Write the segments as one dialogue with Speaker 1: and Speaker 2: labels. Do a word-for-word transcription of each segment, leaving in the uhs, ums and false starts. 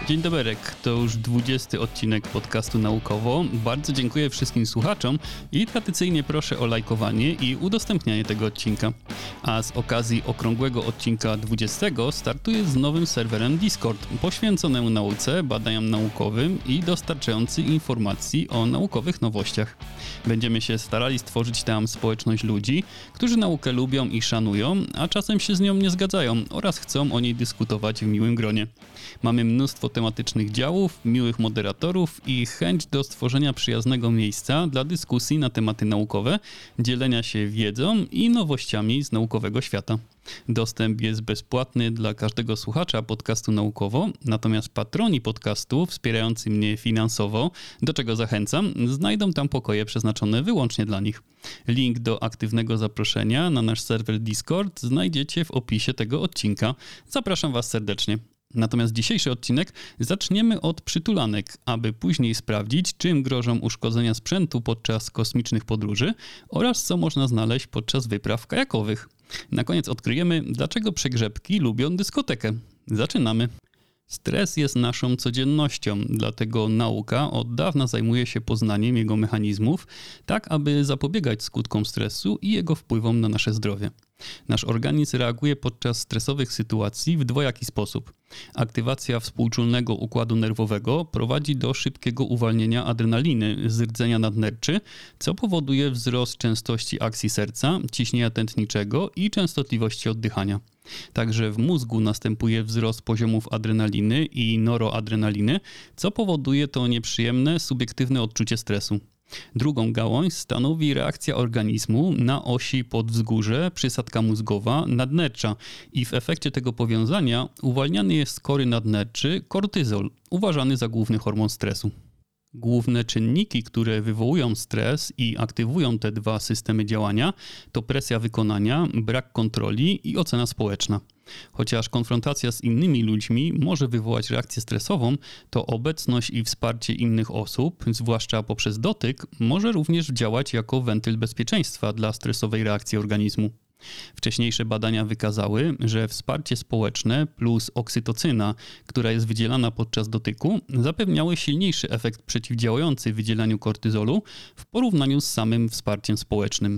Speaker 1: Dzień dobry, to już dwudziesty odcinek podcastu Naukowo. Bardzo dziękuję wszystkim słuchaczom i tradycyjnie proszę o lajkowanie i udostępnianie tego odcinka. A z okazji okrągłego odcinka dwudziestego startuję z nowym serwerem Discord, poświęconemu nauce, badaniom naukowym i dostarczający informacji o naukowych nowościach. Będziemy się starali stworzyć tam społeczność ludzi, którzy naukę lubią i szanują, a czasem się z nią nie zgadzają oraz chcą o niej dyskutować w miłym gronie. Mamy mnóstwo tematycznych działów, miłych moderatorów i chęć do stworzenia przyjaznego miejsca dla dyskusji na tematy naukowe, dzielenia się wiedzą i nowościami z naukowego świata. Dostęp jest bezpłatny dla każdego słuchacza podcastu Naukowo, natomiast patroni podcastu wspierający mnie finansowo, do czego zachęcam, znajdą tam pokoje przeznaczone wyłącznie dla nich. Link do aktywnego zaproszenia na nasz serwer Discord znajdziecie w opisie tego odcinka. Zapraszam Was serdecznie. Natomiast dzisiejszy odcinek zaczniemy od przytulanek, aby później sprawdzić, czym grożą uszkodzenia sprzętu podczas kosmicznych podróży oraz co można znaleźć podczas wypraw kajakowych. Na koniec odkryjemy, dlaczego przegrzebki lubią dyskotekę. Zaczynamy. Stres jest naszą codziennością, dlatego nauka od dawna zajmuje się poznaniem jego mechanizmów, tak aby zapobiegać skutkom stresu i jego wpływom na nasze zdrowie. Nasz organizm reaguje podczas stresowych sytuacji w dwojaki sposób. Aktywacja współczulnego układu nerwowego prowadzi do szybkiego uwalnienia adrenaliny z rdzenia nadnerczy, co powoduje wzrost częstości akcji serca, ciśnienia tętniczego i częstotliwości oddychania. Także w mózgu następuje wzrost poziomów adrenaliny i noradrenaliny, co powoduje to nieprzyjemne, subiektywne odczucie stresu. Drugą gałąź stanowi reakcja organizmu na osi podwzgórze, przysadka mózgowa, nadnercza i w efekcie tego powiązania uwalniany jest z kory nadnerczy kortyzol, uważany za główny hormon stresu. Główne czynniki, które wywołują stres i aktywują te dwa systemy działania, to presja wykonania, brak kontroli i ocena społeczna. Chociaż konfrontacja z innymi ludźmi może wywołać reakcję stresową, to obecność i wsparcie innych osób, zwłaszcza poprzez dotyk, może również działać jako wentyl bezpieczeństwa dla stresowej reakcji organizmu. Wcześniejsze badania wykazały, że wsparcie społeczne plus oksytocyna, która jest wydzielana podczas dotyku, zapewniały silniejszy efekt przeciwdziałający wydzielaniu kortyzolu w porównaniu z samym wsparciem społecznym.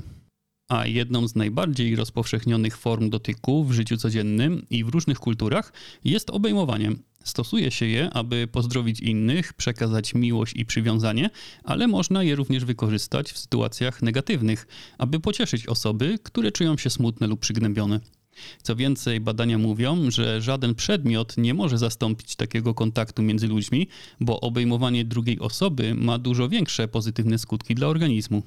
Speaker 1: A jedną z najbardziej rozpowszechnionych form dotyku w życiu codziennym i w różnych kulturach jest obejmowanie. Stosuje się je, aby pozdrowić innych, przekazać miłość i przywiązanie, ale można je również wykorzystać w sytuacjach negatywnych, aby pocieszyć osoby, które czują się smutne lub przygnębione. Co więcej, badania mówią, że żaden przedmiot nie może zastąpić takiego kontaktu między ludźmi, bo obejmowanie drugiej osoby ma dużo większe pozytywne skutki dla organizmu.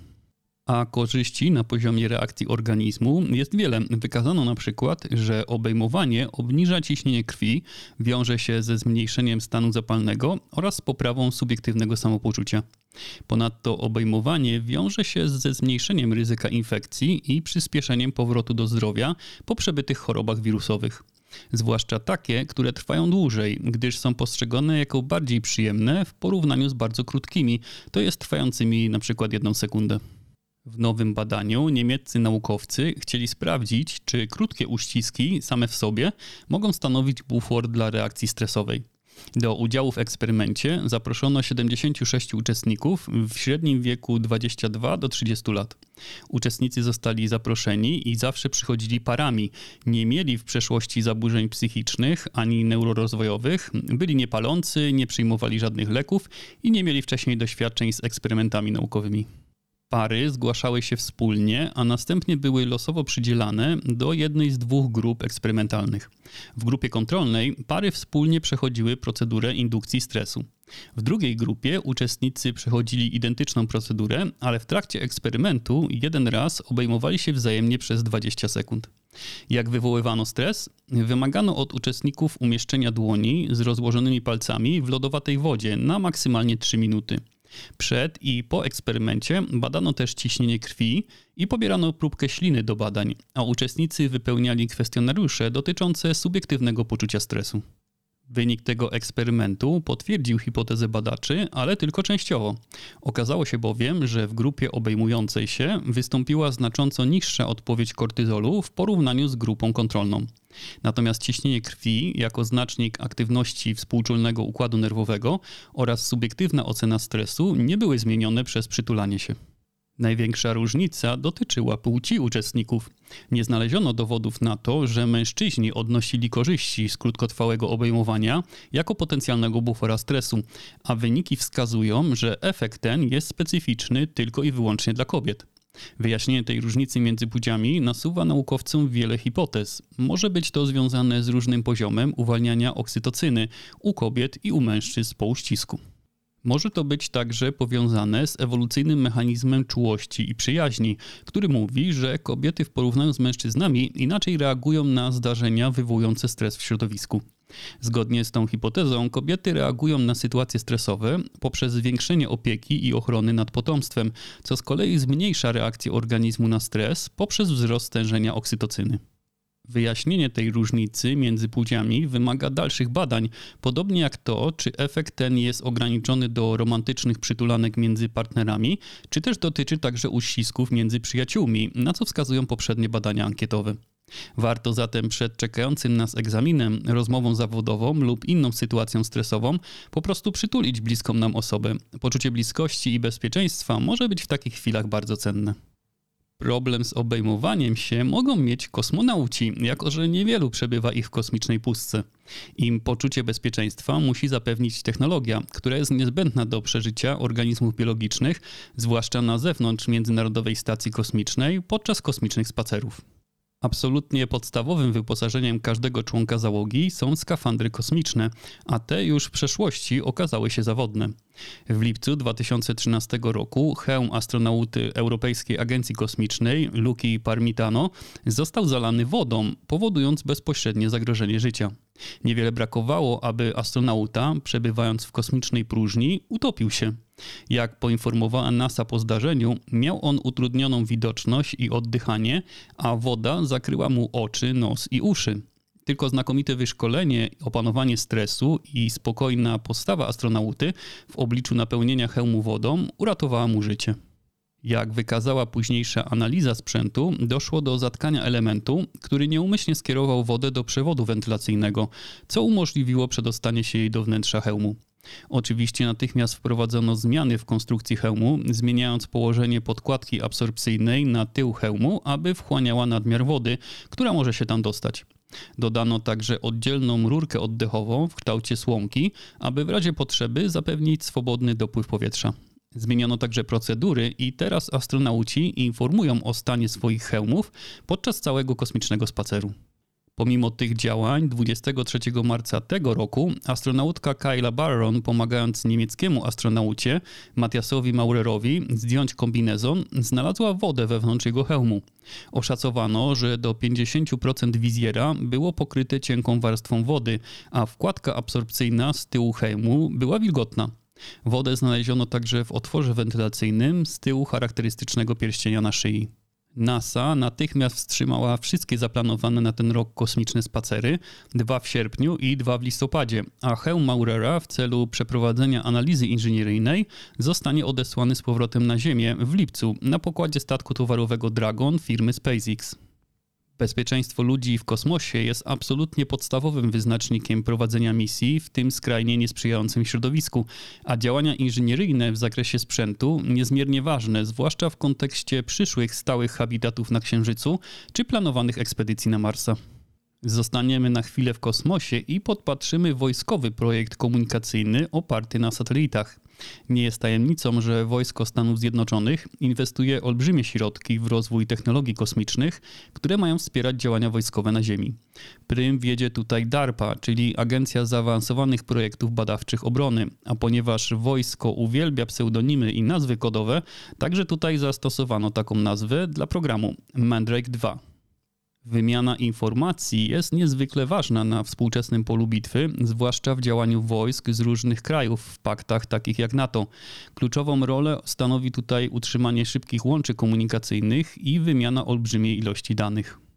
Speaker 1: A korzyści na poziomie reakcji organizmu jest wiele. Wykazano na przykład, że obejmowanie obniża ciśnienie krwi, wiąże się ze zmniejszeniem stanu zapalnego oraz z poprawą subiektywnego samopoczucia. Ponadto obejmowanie wiąże się ze zmniejszeniem ryzyka infekcji i przyspieszeniem powrotu do zdrowia po przebytych chorobach wirusowych. Zwłaszcza takie, które trwają dłużej, gdyż są postrzegane jako bardziej przyjemne w porównaniu z bardzo krótkimi, to jest trwającymi na przykład jedną sekundę. W nowym badaniu niemieccy naukowcy chcieli sprawdzić, czy krótkie uściski same w sobie mogą stanowić bufor dla reakcji stresowej. Do udziału w eksperymencie zaproszono siedemdziesięciu sześciu uczestników w średnim wieku dwudziestu dwóch do trzydziestu lat. Uczestnicy zostali zaproszeni i zawsze przychodzili parami. Nie mieli w przeszłości zaburzeń psychicznych ani neurorozwojowych, byli niepalący, nie przyjmowali żadnych leków i nie mieli wcześniej doświadczeń z eksperymentami naukowymi. Pary zgłaszały się wspólnie, a następnie były losowo przydzielane do jednej z dwóch grup eksperymentalnych. W grupie kontrolnej pary wspólnie przechodziły procedurę indukcji stresu. W drugiej grupie uczestnicy przechodzili identyczną procedurę, ale w trakcie eksperymentu jeden raz obejmowali się wzajemnie przez dwadzieścia sekund. Jak wywoływano stres? Wymagano od uczestników umieszczenia dłoni z rozłożonymi palcami w lodowatej wodzie na maksymalnie trzy minuty. Przed i po eksperymencie badano też ciśnienie krwi i pobierano próbkę śliny do badań, a uczestnicy wypełniali kwestionariusze dotyczące subiektywnego poczucia stresu. Wynik tego eksperymentu potwierdził hipotezę badaczy, ale tylko częściowo. Okazało się bowiem, że w grupie obejmującej się wystąpiła znacząco niższa odpowiedź kortyzolu w porównaniu z grupą kontrolną. Natomiast ciśnienie krwi jako znacznik aktywności współczulnego układu nerwowego oraz subiektywna ocena stresu nie były zmienione przez przytulanie się. Największa różnica dotyczyła płci uczestników. Nie znaleziono dowodów na to, że mężczyźni odnosili korzyści z krótkotrwałego obejmowania jako potencjalnego bufora stresu, a wyniki wskazują, że efekt ten jest specyficzny tylko i wyłącznie dla kobiet. Wyjaśnienie tej różnicy między płciami nasuwa naukowcom wiele hipotez. Może być to związane z różnym poziomem uwalniania oksytocyny u kobiet i u mężczyzn po uścisku. Może to być także powiązane z ewolucyjnym mechanizmem czułości i przyjaźni, który mówi, że kobiety w porównaniu z mężczyznami inaczej reagują na zdarzenia wywołujące stres w środowisku. Zgodnie z tą hipotezą kobiety reagują na sytuacje stresowe poprzez zwiększenie opieki i ochrony nad potomstwem, co z kolei zmniejsza reakcję organizmu na stres poprzez wzrost stężenia oksytocyny. Wyjaśnienie tej różnicy między płciami wymaga dalszych badań, podobnie jak to, czy efekt ten jest ograniczony do romantycznych przytulanek między partnerami, czy też dotyczy także uścisków między przyjaciółmi, na co wskazują poprzednie badania ankietowe. Warto zatem przed czekającym nas egzaminem, rozmową zawodową lub inną sytuacją stresową po prostu przytulić bliską nam osobę. Poczucie bliskości i bezpieczeństwa może być w takich chwilach bardzo cenne. Problem z obejmowaniem się mogą mieć kosmonauci, jako że niewielu przebywa ich w kosmicznej pustce. Im poczucie bezpieczeństwa musi zapewnić technologia, która jest niezbędna do przeżycia organizmów biologicznych, zwłaszcza na zewnątrz Międzynarodowej Stacji Kosmicznej podczas kosmicznych spacerów. Absolutnie podstawowym wyposażeniem każdego członka załogi są skafandry kosmiczne, a te już w przeszłości okazały się zawodne. W lipcu dwa tysiące trzynastego roku hełm astronauty Europejskiej Agencji Kosmicznej Luki Parmitano został zalany wodą, powodując bezpośrednie zagrożenie życia. Niewiele brakowało, aby astronauta, przebywając w kosmicznej próżni, utopił się. Jak poinformowała NASA po zdarzeniu, miał on utrudnioną widoczność i oddychanie, a woda zakryła mu oczy, nos i uszy. Tylko znakomite wyszkolenie, opanowanie stresu i spokojna postawa astronauty w obliczu napełnienia hełmu wodą uratowała mu życie. Jak wykazała późniejsza analiza sprzętu, doszło do zatkania elementu, który nieumyślnie skierował wodę do przewodu wentylacyjnego, co umożliwiło przedostanie się jej do wnętrza hełmu. Oczywiście natychmiast wprowadzono zmiany w konstrukcji hełmu, zmieniając położenie podkładki absorpcyjnej na tył hełmu, aby wchłaniała nadmiar wody, która może się tam dostać. Dodano także oddzielną rurkę oddechową w kształcie słomki, aby w razie potrzeby zapewnić swobodny dopływ powietrza. Zmieniono także procedury i teraz astronauci informują o stanie swoich hełmów podczas całego kosmicznego spaceru. Pomimo tych działań, dwudziestego trzeciego marca tego roku astronautka Kayla Barron, pomagając niemieckiemu astronaucie Matthiasowi Maurerowi zdjąć kombinezon, znalazła wodę wewnątrz jego hełmu. Oszacowano, że do pięćdziesiąt procent wizjera było pokryte cienką warstwą wody, a wkładka absorpcyjna z tyłu hełmu była wilgotna. Wodę znaleziono także w otworze wentylacyjnym z tyłu charakterystycznego pierścienia na szyi. NASA natychmiast wstrzymała wszystkie zaplanowane na ten rok kosmiczne spacery, dwa w sierpniu i dwa w listopadzie, a hełm Maurera w celu przeprowadzenia analizy inżynieryjnej zostanie odesłany z powrotem na Ziemię w lipcu na pokładzie statku towarowego Dragon firmy SpaceX. Bezpieczeństwo ludzi w kosmosie jest absolutnie podstawowym wyznacznikiem prowadzenia misji w tym skrajnie niesprzyjającym środowisku, a działania inżynieryjne w zakresie sprzętu niezmiernie ważne, zwłaszcza w kontekście przyszłych stałych habitatów na Księżycu czy planowanych ekspedycji na Marsa. Zostaniemy na chwilę w kosmosie i podpatrzymy wojskowy projekt komunikacyjny oparty na satelitach. Nie jest tajemnicą, że Wojsko Stanów Zjednoczonych inwestuje olbrzymie środki w rozwój technologii kosmicznych, które mają wspierać działania wojskowe na Ziemi. Prym wiedzie tutaj DARPA, czyli Agencja Zaawansowanych Projektów Badawczych Obrony, a ponieważ wojsko uwielbia pseudonimy i nazwy kodowe, także tutaj zastosowano taką nazwę dla programu Mandrake dwa. Wymiana informacji jest niezwykle ważna na współczesnym polu bitwy, zwłaszcza w działaniu wojsk z różnych krajów w paktach takich jak NATO. Kluczową rolę stanowi tutaj utrzymanie szybkich łączy komunikacyjnych i wymiana olbrzymiej ilości danych.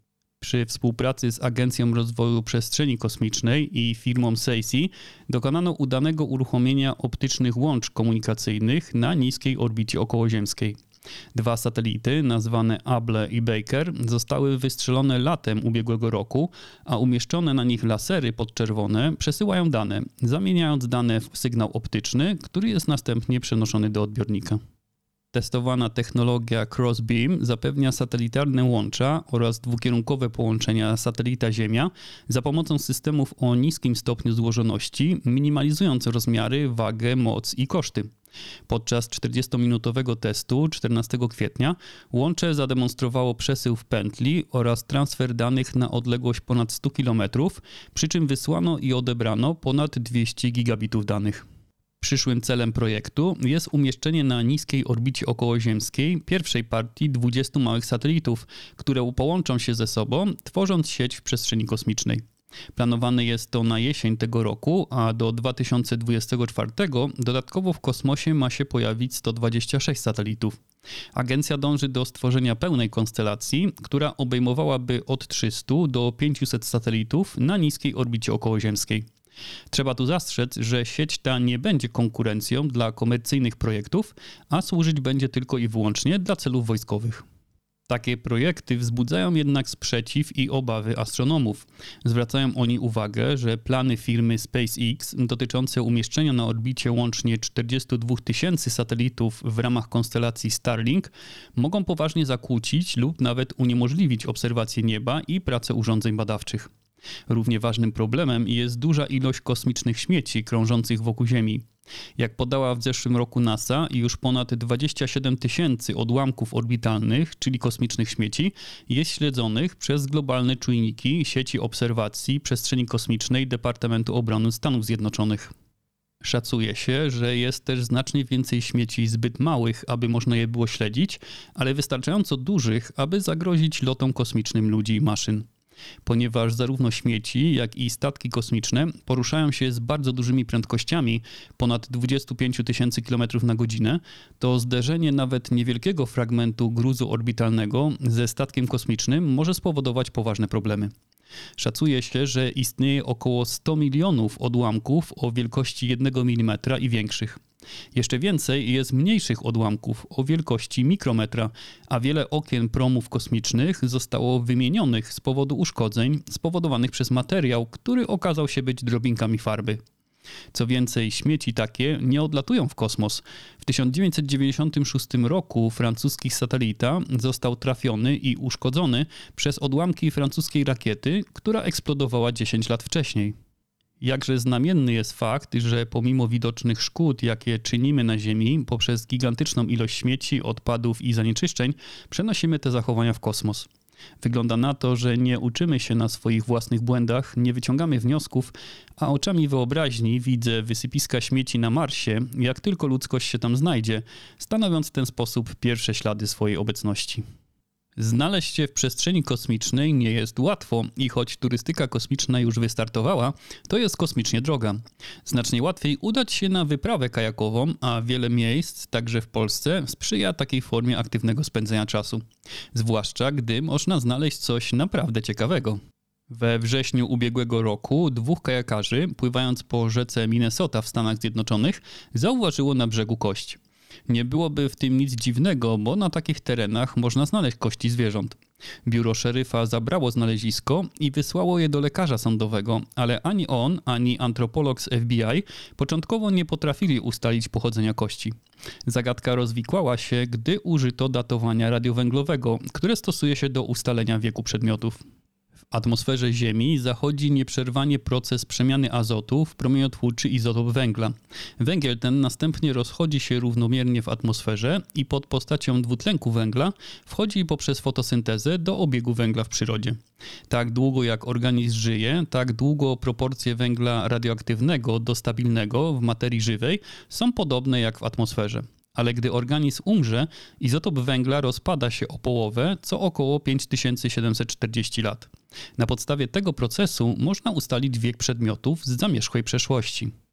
Speaker 1: Przy współpracy z Agencją Rozwoju Przestrzeni Kosmicznej i firmą SEISI dokonano udanego uruchomienia optycznych łącz komunikacyjnych na niskiej orbicie okołoziemskiej. Dwa satelity, nazwane Able i Baker, zostały wystrzelone latem ubiegłego roku, a umieszczone na nich lasery podczerwone przesyłają dane, zamieniając dane w sygnał optyczny, który jest następnie przenoszony do odbiornika. Testowana technologia Crossbeam zapewnia satelitarne łącza oraz dwukierunkowe połączenia satelita-Ziemia za pomocą systemów o niskim stopniu złożoności, minimalizując rozmiary, wagę, moc i koszty. Podczas czterdziestominutowego testu czternastego kwietnia łącze zademonstrowało przesył w pętli oraz transfer danych na odległość ponad sto kilometrów, przy czym wysłano i odebrano ponad dwieście gigabitów danych. Przyszłym celem projektu jest umieszczenie na niskiej orbicie okołoziemskiej pierwszej partii dwudziestu małych satelitów, które połączą się ze sobą, tworząc sieć w przestrzeni kosmicznej. Planowane jest to na jesień tego roku, a do dwa tysiące dwudziestego czwartego dodatkowo w kosmosie ma się pojawić sto dwadzieścia sześć satelitów. Agencja dąży do stworzenia pełnej konstelacji, która obejmowałaby od trzystu do pięciuset satelitów na niskiej orbicie okołoziemskiej. Trzeba tu zastrzec, że sieć ta nie będzie konkurencją dla komercyjnych projektów, a służyć będzie tylko i wyłącznie dla celów wojskowych. Takie projekty wzbudzają jednak sprzeciw i obawy astronomów. Zwracają oni uwagę, że plany firmy SpaceX dotyczące umieszczenia na orbicie łącznie czterdziestu dwóch tysięcy satelitów w ramach konstelacji Starlink mogą poważnie zakłócić lub nawet uniemożliwić obserwację nieba i pracę urządzeń badawczych. Równie ważnym problemem jest duża ilość kosmicznych śmieci krążących wokół Ziemi. Jak podała w zeszłym roku NASA, już ponad dwadzieścia siedem tysięcy odłamków orbitalnych, czyli kosmicznych śmieci, jest śledzonych przez globalne czujniki sieci obserwacji przestrzeni kosmicznej Departamentu Obrony Stanów Zjednoczonych. Szacuje się, że jest też znacznie więcej śmieci zbyt małych, aby można je było śledzić, ale wystarczająco dużych, aby zagrozić lotom kosmicznym ludzi i maszyn. Ponieważ zarówno śmieci, jak i statki kosmiczne poruszają się z bardzo dużymi prędkościami, ponad dwadzieścia pięć tysięcy kilometrów na godzinę, to zderzenie nawet niewielkiego fragmentu gruzu orbitalnego ze statkiem kosmicznym może spowodować poważne problemy. Szacuje się, że istnieje około sto milionów odłamków o wielkości jednego milimetra i większych. Jeszcze więcej jest mniejszych odłamków o wielkości mikrometra, a wiele okien promów kosmicznych zostało wymienionych z powodu uszkodzeń spowodowanych przez materiał, który okazał się być drobinkami farby. Co więcej, śmieci takie nie odlatują w kosmos. W tysiąc dziewięćset dziewięćdziesiątym szóstym roku francuski satelita został trafiony i uszkodzony przez odłamki francuskiej rakiety, która eksplodowała dziesięć lat wcześniej. Jakże znamienny jest fakt, że pomimo widocznych szkód, jakie czynimy na Ziemi poprzez gigantyczną ilość śmieci, odpadów i zanieczyszczeń, przenosimy te zachowania w kosmos. Wygląda na to, że nie uczymy się na swoich własnych błędach, nie wyciągamy wniosków, a oczami wyobraźni widzę wysypiska śmieci na Marsie, jak tylko ludzkość się tam znajdzie, stanowiąc w ten sposób pierwsze ślady swojej obecności. Znaleźć się w przestrzeni kosmicznej nie jest łatwo i choć turystyka kosmiczna już wystartowała, to jest kosmicznie droga. Znacznie łatwiej udać się na wyprawę kajakową, a wiele miejsc, także w Polsce, sprzyja takiej formie aktywnego spędzenia czasu. Zwłaszcza gdy można znaleźć coś naprawdę ciekawego. We wrześniu ubiegłego roku dwóch kajakarzy, pływając po rzece Minnesota w Stanach Zjednoczonych, zauważyło na brzegu kość. Nie byłoby w tym nic dziwnego, bo na takich terenach można znaleźć kości zwierząt. Biuro szeryfa zabrało znalezisko i wysłało je do lekarza sądowego, ale ani on, ani antropolog z F B I początkowo nie potrafili ustalić pochodzenia kości. Zagadka rozwikłała się, gdy użyto datowania radiowęglowego, które stosuje się do ustalenia wieku przedmiotów. W atmosferze Ziemi zachodzi nieprzerwanie proces przemiany azotu w promieniotwórczy izotop węgla. Węgiel ten następnie rozchodzi się równomiernie w atmosferze i pod postacią dwutlenku węgla wchodzi poprzez fotosyntezę do obiegu węgla w przyrodzie. Tak długo jak organizm żyje, tak długo proporcje węgla radioaktywnego do stabilnego w materii żywej są podobne jak w atmosferze. Ale gdy organizm umrze, izotop węgla rozpada się o połowę co około pięć tysięcy siedemset czterdzieści lat. Na podstawie tego procesu można ustalić wiek przedmiotów z zamierzchłej przeszłości. W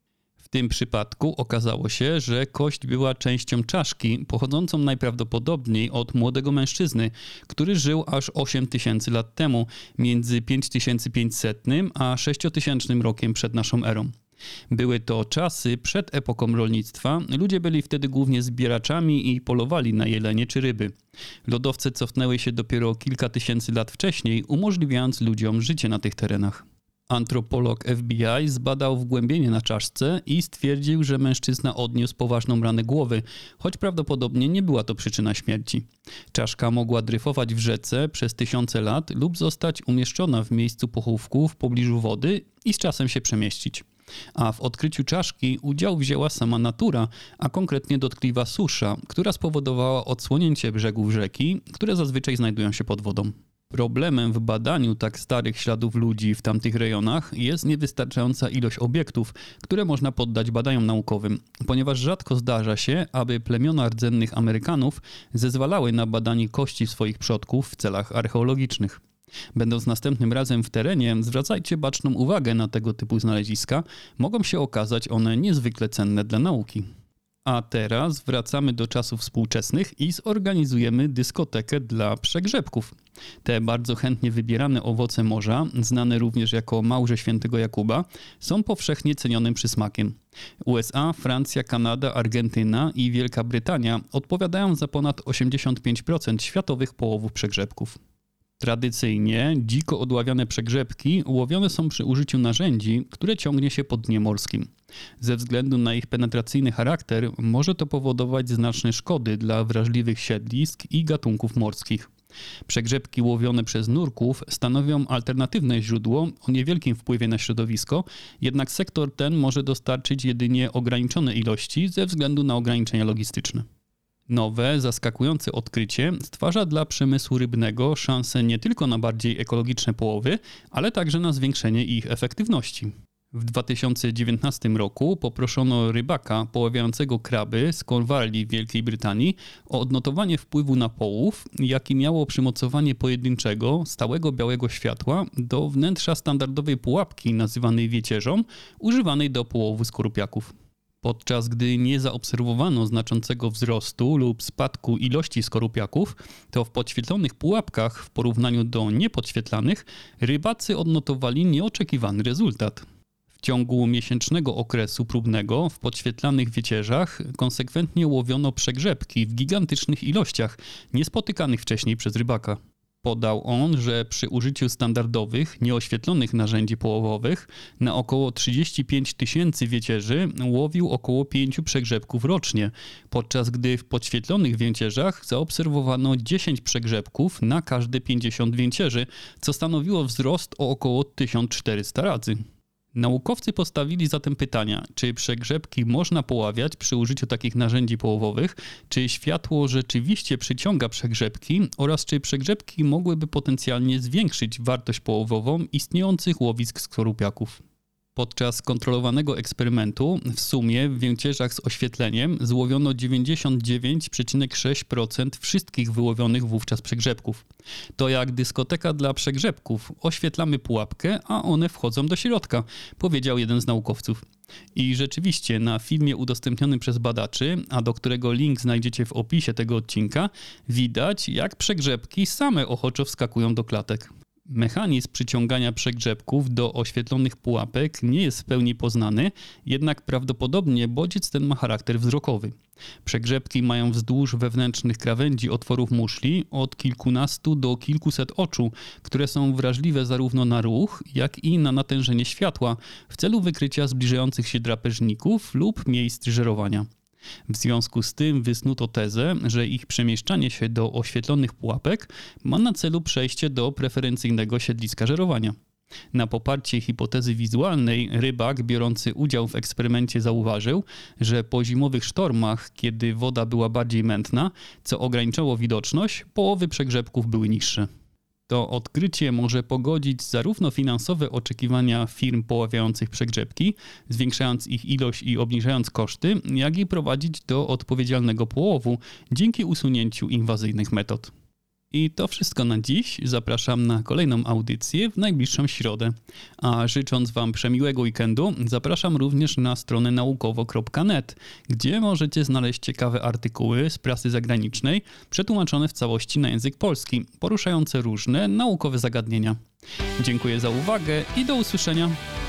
Speaker 1: W tym przypadku okazało się, że kość była częścią czaszki, pochodzącą najprawdopodobniej od młodego mężczyzny, który żył aż osiem tysięcy lat temu, między pięć tysięcy pięćsetnym a sześciotysięcznym rokiem przed naszą erą. Były to czasy przed epoką rolnictwa, ludzie byli wtedy głównie zbieraczami i polowali na jelenie czy ryby. Lodowce cofnęły się dopiero kilka tysięcy lat wcześniej, umożliwiając ludziom życie na tych terenach. Antropolog F B I zbadał wgłębienie na czaszce i stwierdził, że mężczyzna odniósł poważną ranę głowy, choć prawdopodobnie nie była to przyczyna śmierci. Czaszka mogła dryfować w rzece przez tysiące lat lub zostać umieszczona w miejscu pochówku w pobliżu wody i z czasem się przemieścić. A w odkryciu czaszki udział wzięła sama natura, a konkretnie dotkliwa susza, która spowodowała odsłonięcie brzegów rzeki, które zazwyczaj znajdują się pod wodą. Problemem w badaniu tak starych śladów ludzi w tamtych rejonach jest niewystarczająca ilość obiektów, które można poddać badaniom naukowym, ponieważ rzadko zdarza się, aby plemiona rdzennych Amerykanów zezwalały na badanie kości swoich przodków w celach archeologicznych. Będąc następnym razem w terenie, zwracajcie baczną uwagę na tego typu znaleziska, mogą się okazać one niezwykle cenne dla nauki. A teraz wracamy do czasów współczesnych i zorganizujemy dyskotekę dla przegrzebków. Te bardzo chętnie wybierane owoce morza, znane również jako małże świętego Jakuba, są powszechnie cenionym przysmakiem. U S A, Francja, Kanada, Argentyna i Wielka Brytania odpowiadają za ponad osiemdziesiąt pięć procent światowych połowów przegrzebków. Tradycyjnie dziko odławiane przegrzebki łowione są przy użyciu narzędzi, które ciągnie się po dnie morskim. Ze względu na ich penetracyjny charakter może to powodować znaczne szkody dla wrażliwych siedlisk i gatunków morskich. Przegrzebki łowione przez nurków stanowią alternatywne źródło o niewielkim wpływie na środowisko, jednak sektor ten może dostarczyć jedynie ograniczone ilości ze względu na ograniczenia logistyczne. Nowe, zaskakujące odkrycie stwarza dla przemysłu rybnego szansę nie tylko na bardziej ekologiczne połowy, ale także na zwiększenie ich efektywności. W dwa tysiące dziewiętnastym roku poproszono rybaka poławiającego kraby z Cornwalli w Wielkiej Brytanii o odnotowanie wpływu na połów, jaki miało przymocowanie pojedynczego, stałego białego światła do wnętrza standardowej pułapki nazywanej wiecierzą, używanej do połowu skorupiaków. Podczas gdy nie zaobserwowano znaczącego wzrostu lub spadku ilości skorupiaków, to w podświetlonych pułapkach w porównaniu do niepodświetlanych rybacy odnotowali nieoczekiwany rezultat. W ciągu miesięcznego okresu próbnego w podświetlanych wiecierzach konsekwentnie łowiono przegrzebki w gigantycznych ilościach, niespotykanych wcześniej przez rybaka. Podał on, że przy użyciu standardowych, nieoświetlonych narzędzi połowowych na około trzydzieści pięć tysięcy wiecierzy łowił około pięciu przegrzebków rocznie, podczas gdy w podświetlonych wiecierzach zaobserwowano dziesięć przegrzebków na każde pięćdziesiąt wiecierzy, co stanowiło wzrost o około tysiąc czterysta razy. Naukowcy postawili zatem pytania, czy przegrzebki można poławiać przy użyciu takich narzędzi połowowych, czy światło rzeczywiście przyciąga przegrzebki oraz czy przegrzebki mogłyby potencjalnie zwiększyć wartość połowową istniejących łowisk skorupiaków. Podczas kontrolowanego eksperymentu w sumie w wiecierzach z oświetleniem złowiono dziewięćdziesiąt dziewięć przecinek sześć procent wszystkich wyłowionych wówczas przegrzebków. To jak dyskoteka dla przegrzebków. Oświetlamy pułapkę, a one wchodzą do środka, powiedział jeden z naukowców. I rzeczywiście na filmie udostępnionym przez badaczy, a do którego link znajdziecie w opisie tego odcinka, widać jak przegrzebki same ochoczo wskakują do klatek. Mechanizm przyciągania przegrzebków do oświetlonych pułapek nie jest w pełni poznany, jednak prawdopodobnie bodziec ten ma charakter wzrokowy. Przegrzebki mają wzdłuż wewnętrznych krawędzi otworów muszli od kilkunastu do kilkuset oczu, które są wrażliwe zarówno na ruch, jak i na natężenie światła w celu wykrycia zbliżających się drapieżników lub miejsc żerowania. W związku z tym wysnuto tezę, że ich przemieszczanie się do oświetlonych pułapek ma na celu przejście do preferencyjnego siedliska żerowania. Na poparcie hipotezy wizualnej rybak biorący udział w eksperymencie zauważył, że po zimowych sztormach, kiedy woda była bardziej mętna, co ograniczało widoczność, połowy przegrzebków były niższe. To odkrycie może pogodzić zarówno finansowe oczekiwania firm poławiających przegrzebki, zwiększając ich ilość i obniżając koszty, jak i prowadzić do odpowiedzialnego połowu dzięki usunięciu inwazyjnych metod. I to wszystko na dziś. Zapraszam na kolejną audycję w najbliższą środę. A życząc Wam przemiłego weekendu, zapraszam również na stronę naukowo kropka net, gdzie możecie znaleźć ciekawe artykuły z prasy zagranicznej, przetłumaczone w całości na język polski, poruszające różne naukowe zagadnienia. Dziękuję za uwagę i do usłyszenia.